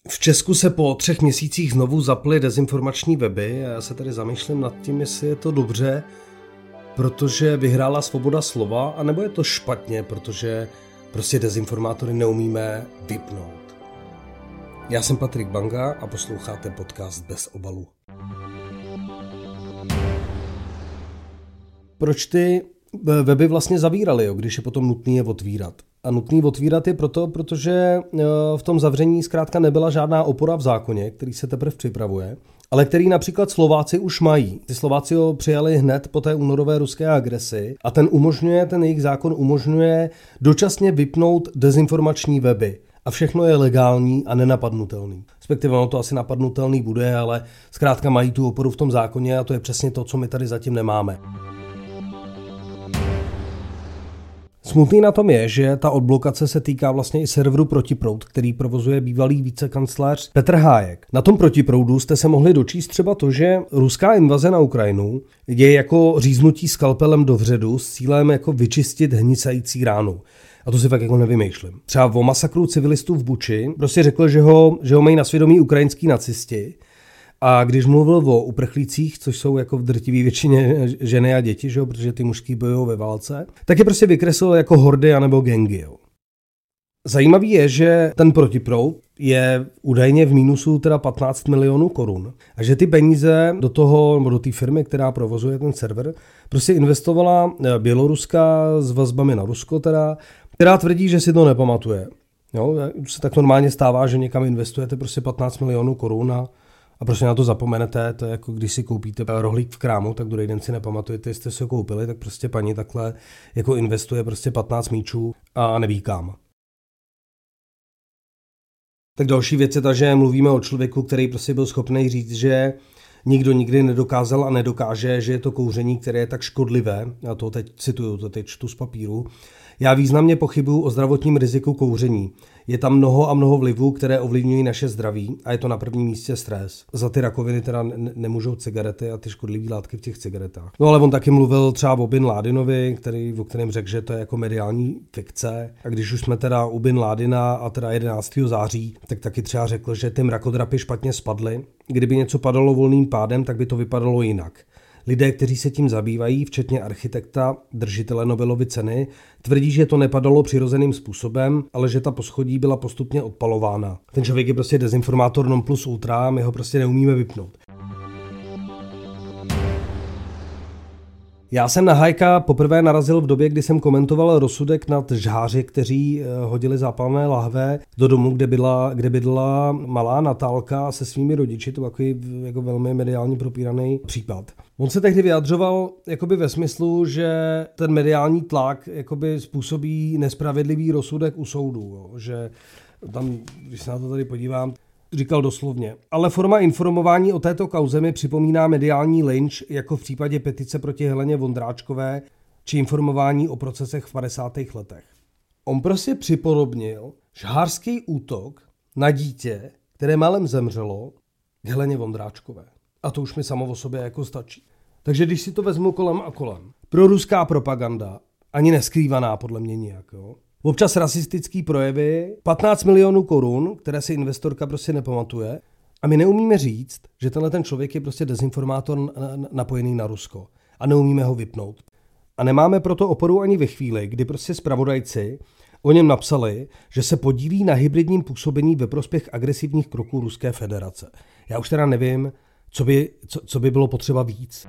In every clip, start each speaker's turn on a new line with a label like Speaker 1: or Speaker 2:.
Speaker 1: V Česku se po 3 měsících znovu zaply dezinformační weby a já se tady zamýšlím nad tím, jestli je to dobře, protože vyhrála svoboda slova, anebo je to špatně, protože prostě dezinformátory neumíme vypnout. Já jsem Patrik Banga a posloucháte podcast Bez obalu. Proč ty weby vlastně zavíraly, když je potom nutný je otvírat? A nutný otvírat je proto, protože v tom zavření zkrátka nebyla žádná opora v zákoně, který se teprve připravuje, ale který například Slováci už mají. Ty Slováci ho přijali hned po té únorové ruské agresi a ten jejich zákon umožňuje dočasně vypnout dezinformační weby. A všechno je legální a nenapadnutelný. Respektive ono to asi napadnutelný bude, ale zkrátka mají tu oporu v tom zákoně a to je přesně to, co my tady zatím nemáme. Smutný na tom je, že ta odblokace se týká vlastně i serveru Protiproud, který provozuje bývalý vicekancléř Petr Hájek. Na tom Protiproudu jste se mohli dočíst třeba to, že ruská invaze na Ukrajinu je jako říznutí skalpelem do vředu s cílem jako vyčistit hnisající ránu. A to si fakt jako nevymýšlím. Třeba o masakru civilistů v Buči prostě řekl, že ho mají na svědomí ukrajinský nacisti. A když mluvil o uprchlících, což jsou jako v drtivé většině ženy a děti, že jo, protože ty mužský bojují ve válce, tak je prostě vykreslil jako hordy anebo gangy. Jo. Zajímavý je, že ten Protiproud je údajně v mínusu teda 15 milionů korun a že ty peníze do té firmy, která provozuje ten server, prostě investovala Běloruska s vazbami na Rusko teda, která tvrdí, že si to nepamatuje. Jo, se tak normálně stává, že někam investujete prostě 15 milionů korun a prostě na to zapomenete, to je jako když si koupíte rohlík v krámu, tak druhý den si nepamatujete, jestli jste si ho koupili, tak prostě paní takhle jako investuje prostě 15 míčů a neví kam. Tak další věc je ta, že mluvíme o člověku, který prostě byl schopný říct, že nikdo nikdy nedokázal a nedokáže, že je to kouření, které je tak škodlivé, já to teď cituju, to teď čtu z papíru. Já významně pochybuju o zdravotním riziku kouření. Je tam mnoho a mnoho vlivů, které ovlivňují naše zdraví a je to na prvním místě stres. Za ty rakoviny teda nemůžou cigarety a ty škodlivé látky v těch cigaretách. No ale on taky mluvil třeba o Bin Ládinovi, o kterém řekl, že to je jako mediální fikce. A když už jsme teda u Bin Ládina a teda 11. září, tak taky třeba řekl, že ty mrakodrapy špatně spadly. Kdyby něco padalo volným pádem, tak by to vypadalo jinak. Lidé, kteří se tím zabývají, včetně architekta, držitele Nobelovy ceny, tvrdí, že to nepadalo přirozeným způsobem, ale že ta poschodí byla postupně odpalována. Ten člověk je prostě dezinformátor non plus ultra, my ho prostě neumíme vypnout. Já jsem na Hájka poprvé narazil v době, kdy jsem komentoval rozsudek nad žháři, kteří hodili zápalné lahve do domu, kde bydlela malá Natálka se svými rodiči. To byl takový jako velmi mediálně propíraný případ. On se tehdy vyjadřoval jakoby ve smyslu, že ten mediální tlak jakoby způsobí nespravedlivý rozsudek u soudu. Jo. Že tam, když se na to tady podívám, říkal doslovně. Ale forma informování o této kauze mi připomíná mediální lynč jako v případě petice proti Heleně Vondráčkové či informování o procesech v 50. letech. On prostě připodobnil žhářský útok na dítě, které málem zemřelo, k Heleně Vondráčkové. A to už mi samo o sobě jako stačí. Takže když si to vezmu kolem a kolem. Proruská propaganda, ani neskrývaná podle mě nijak, jo. Občas rasistický projevy, 15 milionů korun, které si investorka prostě nepamatuje. A my neumíme říct, že tenhle ten člověk je prostě dezinformátor napojený na Rusko. A neumíme ho vypnout. A nemáme proto oporu ani ve chvíli, kdy prostě zpravodajci o něm napsali, že se podílí na hybridním působení ve prospěch agresivních kroků Ruské federace. Já už teda nevím, co by bylo potřeba víc.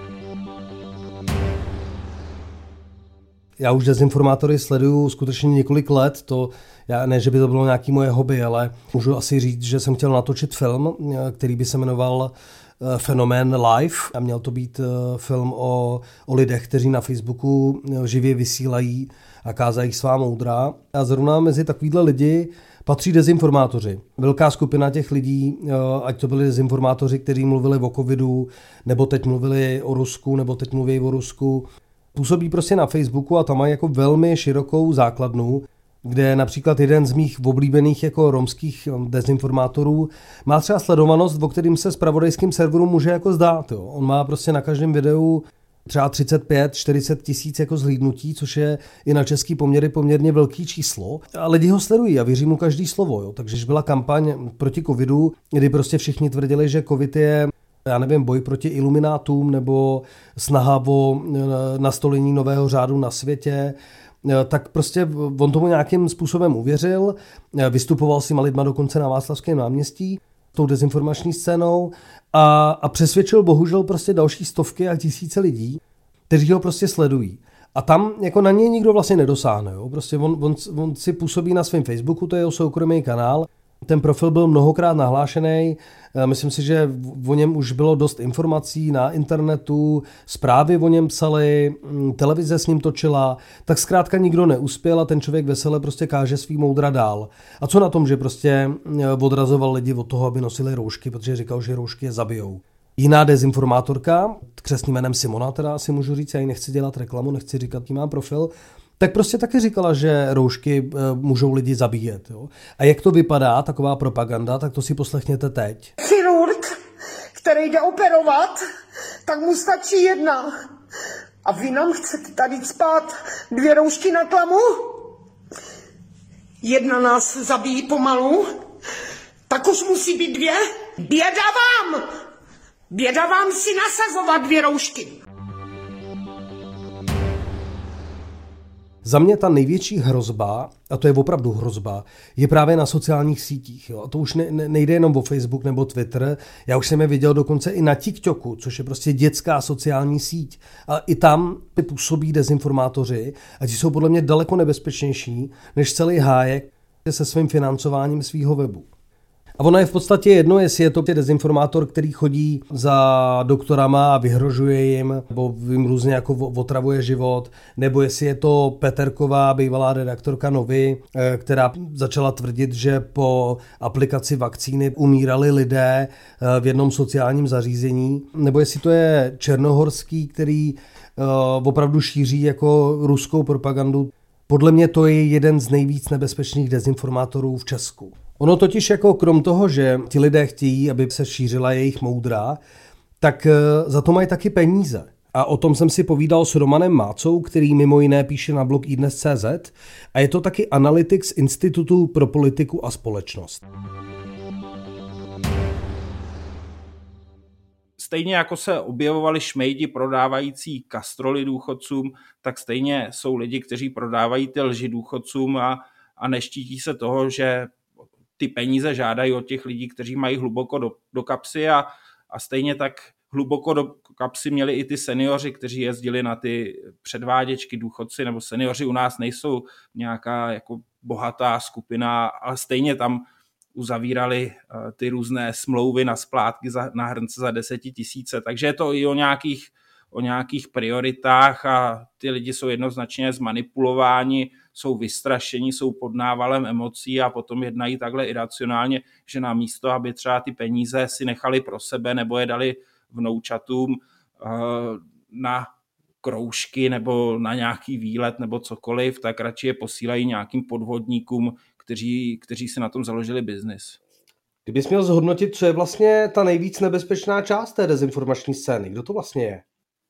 Speaker 1: Já už dezinformátory sleduju skutečně několik let, ne, že by to bylo nějaký moje hobby, ale můžu asi říct, že jsem chtěl natočit film, který by se jmenoval Fenomén Live a měl to být film o lidech, kteří na Facebooku živě vysílají a kázají svá moudra. A zrovna mezi takovýhle lidi patří dezinformátoři. Velká skupina těch lidí, ať to byli dezinformátoři, kteří mluvili o covidu, nebo teď mluvili o Rusku, nebo teď mluví o Rusku, působí prostě na Facebooku a tam mají jako velmi širokou základnu, kde například jeden z mých oblíbených jako romských dezinformátorů má třeba sledovanost, o kterým se zpravodajským serveru může jako zdát. Jo. On má prostě na každém videu třeba 35-40 tisíc jako zhlídnutí, což je i na český poměry poměrně velký číslo. A lidi ho sledují a věří mu každý slovo. Jo. Takže když byla kampaň proti covidu, kdy prostě všichni tvrdili, že covid je, já nevím, boj proti iluminátům nebo snaha o nastolení nového řádu na světě, tak prostě on tomu nějakým způsobem uvěřil, vystupoval s těma lidma dokonce na Václavském náměstí, tou dezinformační scénou a přesvědčil bohužel prostě další stovky a tisíce lidí, kteří ho prostě sledují. A tam jako na něj nikdo vlastně nedosáhne. Jo? Prostě on si působí na svém Facebooku, to je jeho soukromý kanál. Ten profil byl mnohokrát nahlášený. Myslím si, že o něm už bylo dost informací na internetu, zprávy o něm psaly, televize s ním točila, tak zkrátka nikdo neuspěl a ten člověk vesele prostě káže svý moudra dál. A co na tom, že prostě odrazoval lidi od toho, aby nosili roušky, protože říkal, že roušky je zabijou. Jiná dezinformátorka, křestním jménem Simona, teda si můžu říct, já jí nechci dělat reklamu, nechci říkat, kým mám profil, tak prostě taky říkala, že roušky můžou lidi zabíjet. Jo? A jak to vypadá, taková propaganda, tak to si poslechněte teď.
Speaker 2: Chirurg, který jde operovat, tak mu stačí jedna. A vy nám chcete tady spát 2 roušky na klamu? Jedna nás zabíjí pomalu, tak už musí být 2. Běda vám! Běda vám si nasazovat 2 roušky.
Speaker 1: Za mě ta největší hrozba, a to je opravdu hrozba, je právě na sociálních sítích. Jo. A to už nejde jenom o Facebook nebo Twitter. Já už jsem je viděl dokonce i na TikToku, což je prostě dětská sociální síť. A i tam působí dezinformátoři a ti jsou podle mě daleko nebezpečnější než celý Hájek se svým financováním svýho webu. A ono je v podstatě jedno, jestli je to dezinformátor, který chodí za doktorama a vyhrožuje jim, nebo jim různě jako otravuje život, nebo jestli je to Peterková, bývalá redaktorka Novy, která začala tvrdit, že po aplikaci vakcíny umírali lidé v jednom sociálním zařízení, nebo jestli to je Černohorský, který opravdu šíří jako ruskou propagandu. Podle mě to je jeden z nejvíc nebezpečných dezinformátorů v Česku. Ono totiž jako krom toho, že ti lidé chtějí, aby se šířila jejich moudra, tak za to mají taky peníze. A o tom jsem si povídal s Romanem Mácou, který mimo jiné píše na blog iDnes.cz a je to taky analytik z Institutu pro politiku a společnost.
Speaker 3: Stejně jako se objevovali šmejdi prodávající kastroly důchodcům, tak stejně jsou lidi, kteří prodávají ty lži důchodcům a neštítí se toho, že ty peníze žádají od těch lidí, kteří mají hluboko do kapsy a stejně tak hluboko do kapsy měli i ty seniori, kteří jezdili na ty předváděčky důchodci, nebo seniori u nás nejsou nějaká jako bohatá skupina, ale stejně tam uzavírali ty různé smlouvy na splátky na hrnce za 10 000. Takže je to i o nějakých prioritách a ty lidi jsou jednoznačně zmanipulováni, jsou vystrašení, jsou pod návalem emocí a potom jednají takhle iracionálně, že namísto, aby třeba ty peníze si nechali pro sebe nebo je dali vnoučatům na kroužky nebo na nějaký výlet nebo cokoliv, tak radši je posílají nějakým podvodníkům, kteří si na tom založili biznis.
Speaker 1: Kdybys měl zhodnotit, co je vlastně ta nejvíc nebezpečná část té dezinformační scény, kdo to vlastně je?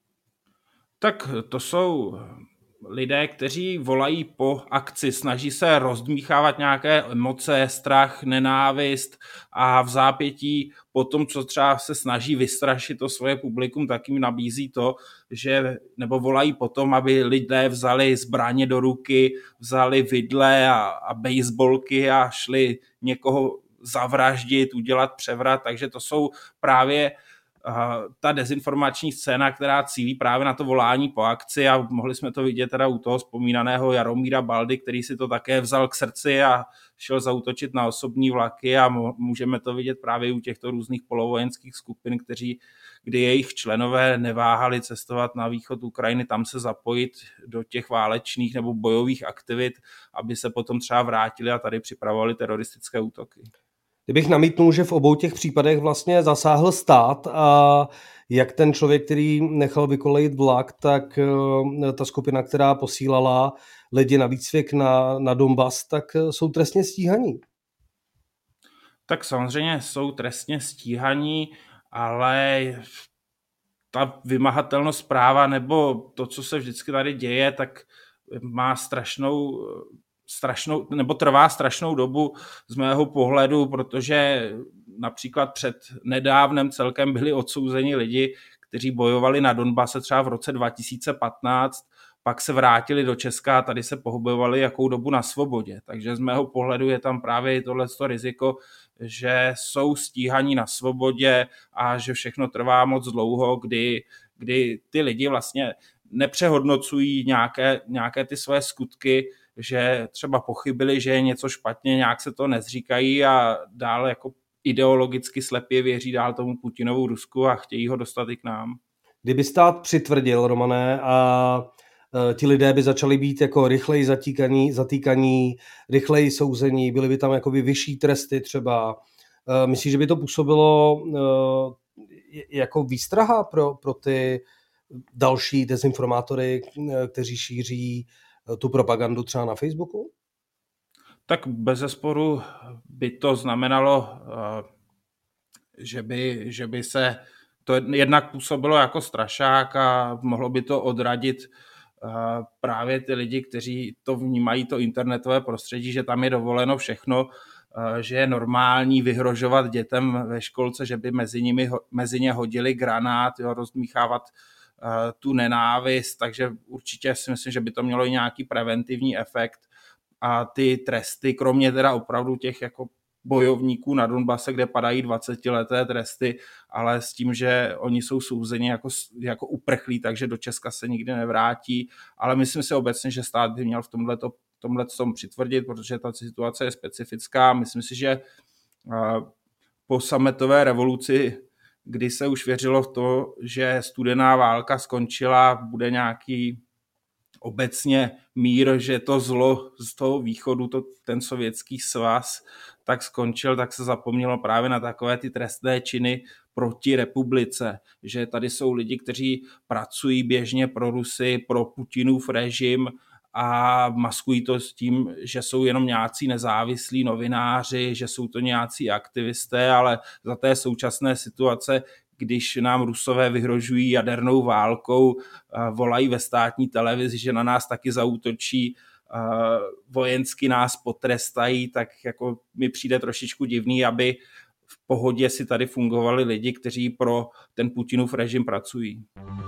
Speaker 3: Tak to jsou lidé, kteří volají po akci, snaží se rozdmíchávat nějaké emoce, strach, nenávist a v zápětí po tom, co třeba se snaží vystrašit to svoje publikum, tak jim nabízí to, že nebo volají potom, aby lidé vzali zbraně do ruky, vzali vidle a baseballky a šli někoho zavraždit, udělat převrat, takže to jsou právě ta dezinformační scéna, která cílí právě na to volání po akci a mohli jsme to vidět teda u toho vzpomínaného Jaromíra Baldy, který si to také vzal k srdci a šel zaútočit na osobní vlaky a můžeme to vidět právě u těchto různých polovojenských skupin, kdy jejich členové neváhali cestovat na východ Ukrajiny, tam se zapojit do těch válečných nebo bojových aktivit, aby se potom třeba vrátili a tady připravovali teroristické útoky.
Speaker 1: Kdybych namítnul, že v obou těch případech vlastně zasáhl stát a jak ten člověk, který nechal vykolejit vlak, tak ta skupina, která posílala lidi na výcvik na Donbas, tak jsou trestně stíhaní.
Speaker 3: Tak samozřejmě jsou trestně stíhaní, ale ta vymahatelnost práva nebo to, co se vždycky tady děje, tak má trvá strašnou dobu z mého pohledu, protože například před nedávnem celkem byli odsouzeni lidi, kteří bojovali na Donbase třeba v roce 2015, pak se vrátili do Česka a tady se pohybovali jakou dobu na svobodě. Takže z mého pohledu je tam právě tohleto riziko, že jsou stíhaní na svobodě a že všechno trvá moc dlouho, kdy ty lidi vlastně nepřehodnocují nějaké ty své skutky, že třeba pochybili, že je něco špatně, nějak se to nezříkají a dále jako ideologicky slepě věří dál tomu Putinovu Rusku a chtějí ho dostat i k nám.
Speaker 1: Kdyby stát přitvrdil, Romane, a ti lidé by začali být jako rychleji zatýkaní, rychleji souzení, byly by tam jakoby vyšší tresty třeba. Myslíš, že by to působilo jako výstraha pro ty další dezinformátory, kteří šíří tu propagandu třeba na Facebooku?
Speaker 3: Tak bezesporu by to znamenalo, že by se to jednak působilo jako strašák a mohlo by to odradit právě ty lidi, kteří to vnímají, to internetové prostředí, že tam je dovoleno všechno, že je normální vyhrožovat dětem ve školce, že by mezi ně hodili granát, rozdmíchávat tu nenávist, takže určitě si myslím, že by to mělo i nějaký preventivní efekt a ty tresty, kromě teda opravdu těch jako bojovníků na Donbase, kde padají 20leté tresty, ale s tím, že oni jsou souzeni jako uprchlí, takže do Česka se nikdy nevrátí, ale myslím si obecně, že stát by měl v tomhle přitvrdit, protože ta situace je specifická. Myslím si, že po sametové revoluci, kdy se už věřilo v to, že studená válka skončila, bude nějaký obecně mír, že to zlo z toho východu, ten sovětský svaz, tak skončil, tak se zapomnělo právě na takové ty trestné činy proti republice, že tady jsou lidi, kteří pracují běžně pro Rusy, pro Putinův režim a maskují to s tím, že jsou jenom nějací nezávislí novináři, že jsou to nějací aktivisté, ale za té současné situace, když nám Rusové vyhrožují jadernou válkou, volají ve státní televizi, že na nás taky zaútočí, vojensky nás potrestají, tak jako mi přijde trošičku divný, aby v pohodě si tady fungovali lidi, kteří pro ten Putinův režim pracují.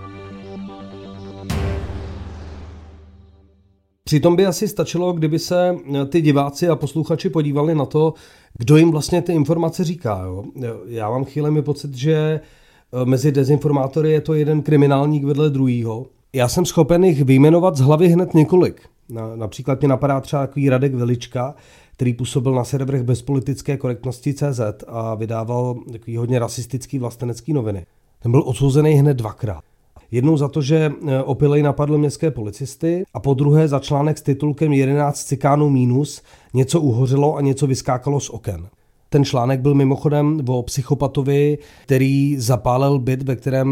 Speaker 1: Přitom by asi stačilo, kdyby se ty diváci a posluchači podívali na to, kdo jim vlastně ty informace říká. Jo? Já mám chvílemi pocit, že mezi dezinformátory je to jeden kriminálník vedle druhýho. Já jsem schopen jich vyjmenovat z hlavy hned několik. Například mě napadá třeba takový Radek Velička, který působil na serverech bezpolitické korektnosti CZ a vydával takový hodně rasistický vlastenecký noviny. Ten byl odsouzený hned 2krát. Jednou za to, že opilej napadl městské policisty a po druhé za článek s titulkem 11 cikánů mínus, něco uhořelo a něco vyskákalo z oken. Ten článek byl mimochodem o psychopatovi, který zapálil byt,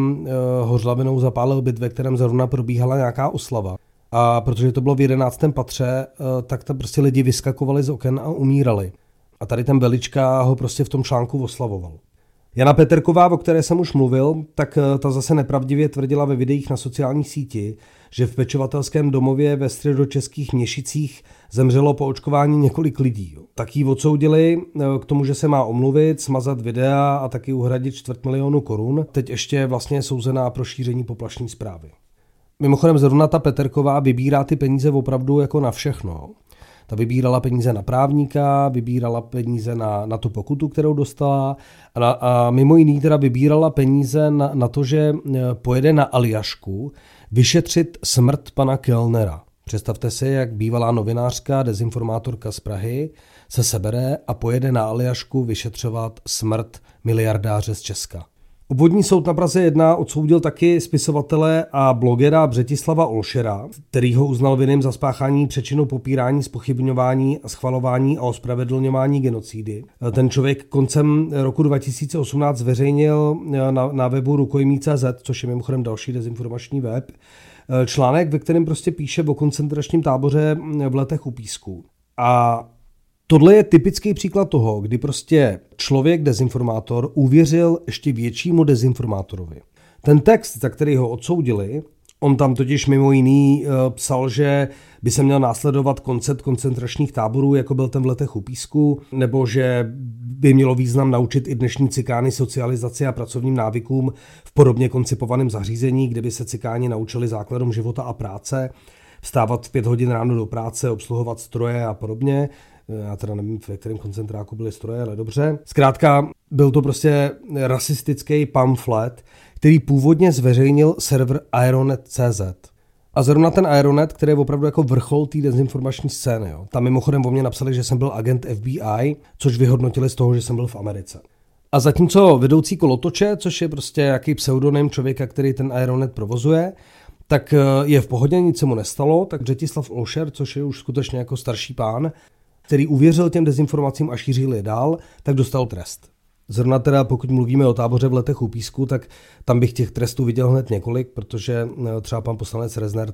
Speaker 1: hořlavinou zapálil byt, ve kterém zrovna probíhala nějaká oslava. A protože to bylo v 11. patře, tak tam prostě lidi vyskakovali z oken a umírali. A tady ten Velička ho prostě v tom článku oslavoval. Jana Peterková, o které jsem už mluvil, tak ta zase nepravdivě tvrdila ve videích na sociální síti, že v pečovatelském domově ve středočeských Měšicích zemřelo po očkování několik lidí. Tak jí odsoudili k tomu, že se má omluvit, smazat videa a taky uhradit 250 000 korun. Teď ještě vlastně je souzená pro šíření poplašné zprávy. Mimochodem zrovna ta Peterková vybírá ty peníze opravdu jako na všechno. Ta vybírala peníze na právníka, vybírala peníze na tu pokutu, kterou dostala a mimo jiný teda vybírala peníze na to, že pojede na Aljašku vyšetřit smrt pana Kellnera. Představte si, jak bývalá novinářka, dezinformátorka z Prahy se sebere a pojede na Aljašku vyšetřovat smrt miliardáře z Česka. Obvodní soud na Praze 1 odsoudil taky spisovatele a blogera Břetislava Olšera, který ho uznal vinným za spáchání přečinu popírání, zpochybňování a schvalování a ospravedlňování genocidy. Ten člověk koncem roku 2018 zveřejnil na webu rukojmí.cz, což je mimochodem další dezinformační web, článek, ve kterém prostě píše o koncentračním táboře v Letech u Písku. A tohle je typický příklad toho, kdy prostě člověk, dezinformátor, uvěřil ještě většímu dezinformátorovi. Ten text, za který ho odsoudili, on tam totiž mimo jiný psal, že by se měl následovat koncept koncentračních táborů, jako byl ten v Letech u Písku, nebo že by mělo význam naučit i dnešní cikány socializaci a pracovním návykům v podobně koncipovaném zařízení, kde by se cikáni naučili základům života a práce, vstávat v 5 hodin ráno do práce, obsluhovat stroje a podobně. Já teda nevím, ve kterém koncentráku byly stroje, ale dobře. Zkrátka byl to prostě rasistický pamflet, který původně zveřejnil server Aeronet.cz. A zrovna ten Aeronet, který je opravdu jako vrchol té dezinformační scény. Jo. Tam mimochodem o mě napsali, že jsem byl agent FBI, což vyhodnotili z toho, že jsem byl v Americe. A zatímco vedoucí kolotoče, což je prostě jaký pseudonym člověka, který ten Aeronet provozuje, tak je v pohodě, nic se mu nestalo, tak Řetislav Olšer, což je už skutečně jako starší pán, který uvěřil těm dezinformacím a šířil je dál, tak dostal trest. Zrovna teda, pokud mluvíme o táboře v Letech u Písku, tak tam bych těch trestů viděl hned několik, protože třeba pan poslanec Rezner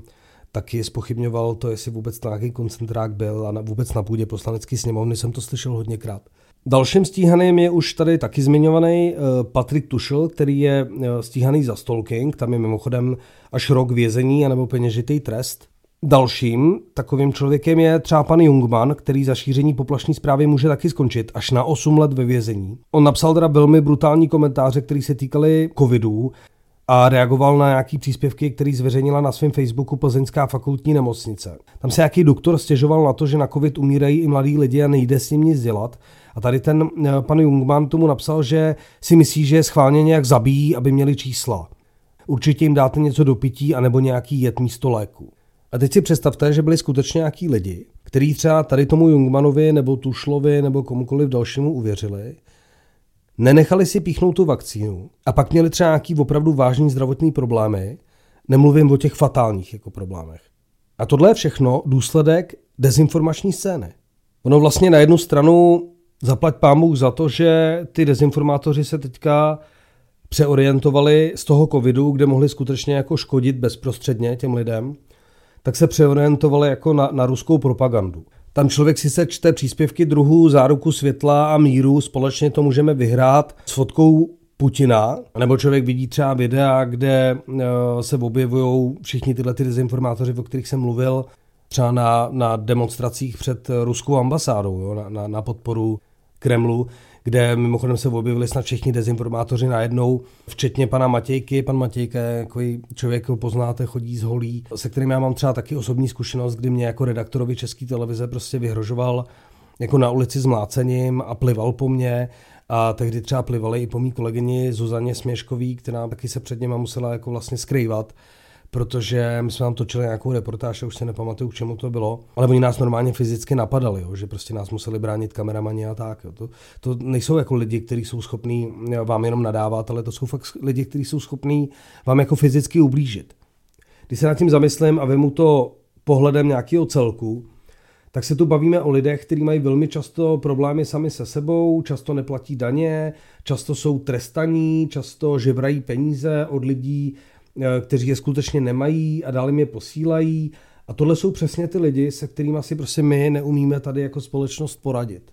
Speaker 1: taky zpochybňoval to, jestli vůbec nějaký koncentrák byl, a vůbec na půdě poslanecké sněmovny jsem to slyšel hodněkrát. Dalším stíhaným je už tady taky zmiňovaný Patrik Tušl, který je stíhaný za stalking, tam je mimochodem až rok vězení anebo peněžitý trest. Dalším takovým člověkem je třeba pan Jungmann, který za šíření poplašné zprávy může taky skončit až na 8 let ve vězení. On napsal teda velmi brutální komentáře, které se týkaly covidu a reagoval na nějaký příspěvky, který zveřejnila na svém Facebooku Plzeňská fakultní nemocnice. Tam se nějaký doktor stěžoval na to, že na covid umírají i mladí lidi a nejde s ním nic dělat. A tady ten pan Jungmann tomu napsal, že si myslí, že je schválně nějak zabíjí, aby měli čísla. Určitě jim dáte něco do pití anebo nějaký jed místo léku. A teď si představte, že byli skutečně nějaký lidi, kteří třeba tady tomu Jungmannovi nebo Tušlovi nebo komukoliv dalšímu uvěřili, nenechali si píchnout tu vakcínu a pak měli třeba nějaký opravdu vážný zdravotní problémy, nemluvím o těch fatálních jako problémech. A tohle je všechno důsledek dezinformační scény. Ono vlastně na jednu stranu zaplať pán Bůh za to, že ty dezinformátoři se teďka přeorientovali z toho covidu, kde mohli skutečně jako škodit bezprostředně těm lidem, tak se přeorientovali jako na ruskou propagandu. Tam člověk si se čte příspěvky druhů záruku světla a míru, společně to můžeme vyhrát s fotkou Putina, nebo člověk vidí třeba videa, kde se objevují všichni tyhle ty dezinformátoři, o kterých jsem mluvil, třeba na demonstracích před ruskou ambasádou, jo, na podporu Kremlu, kde mimochodem se objevili snad všichni dezinformátoři najednou, včetně pana Matějky. Pan Matějka je takový člověk, ho poznáte, chodí z holí, se kterým já mám třeba taky osobní zkušenost, kdy mě jako redaktorovi České televize prostě vyhrožoval jako na ulici s mlácením a plival po mně. A tehdy třeba plivali i po mý kolegyni Zuzaně Směškový, která taky se před něma musela jako vlastně skrývat, protože my jsme tam točili nějakou reportáž a už se nepamatuju, k čemu to bylo, ale oni nás normálně fyzicky napadali, jo, že prostě nás museli bránit kameramani a tak. Jo. To nejsou jako lidi, kteří jsou schopní vám jenom nadávat, ale to jsou fakt lidi, kteří jsou schopní vám jako fyzicky ublížit. Když se nad tím zamyslím a vemu to pohledem nějakého celku, tak se tu bavíme o lidech, kteří mají velmi často problémy sami se sebou, často neplatí daně, často jsou trestaní, často žebrají peníze od lidí, kteří je skutečně nemají a dál jim je posílají. A tohle jsou přesně ty lidi, se kterými si prostě my neumíme tady jako společnost poradit.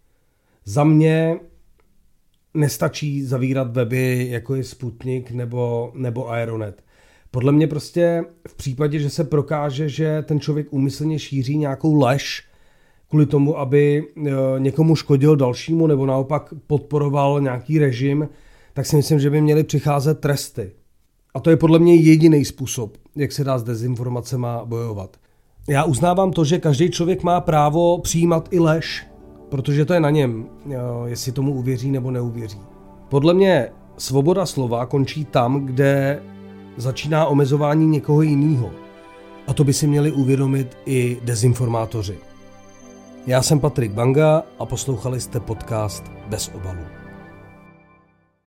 Speaker 1: Za mě nestačí zavírat weby, jako je Sputnik nebo Aeronet. Podle mě prostě v případě, že se prokáže, že ten člověk úmyslně šíří nějakou lež kvůli tomu, aby někomu škodil dalšímu nebo naopak podporoval nějaký režim, tak si myslím, že by měly přicházet tresty. A to je podle mě jediný způsob, jak se dá s dezinformacemi bojovat. Já uznávám to, že každý člověk má právo přijímat i lež, protože to je na něm, jestli tomu uvěří nebo neuvěří. Podle mě svoboda slova končí tam, kde začíná omezování někoho jiného. A to by si měli uvědomit i dezinformátoři. Já jsem Patrik Banga a poslouchali jste podcast Bez obalu.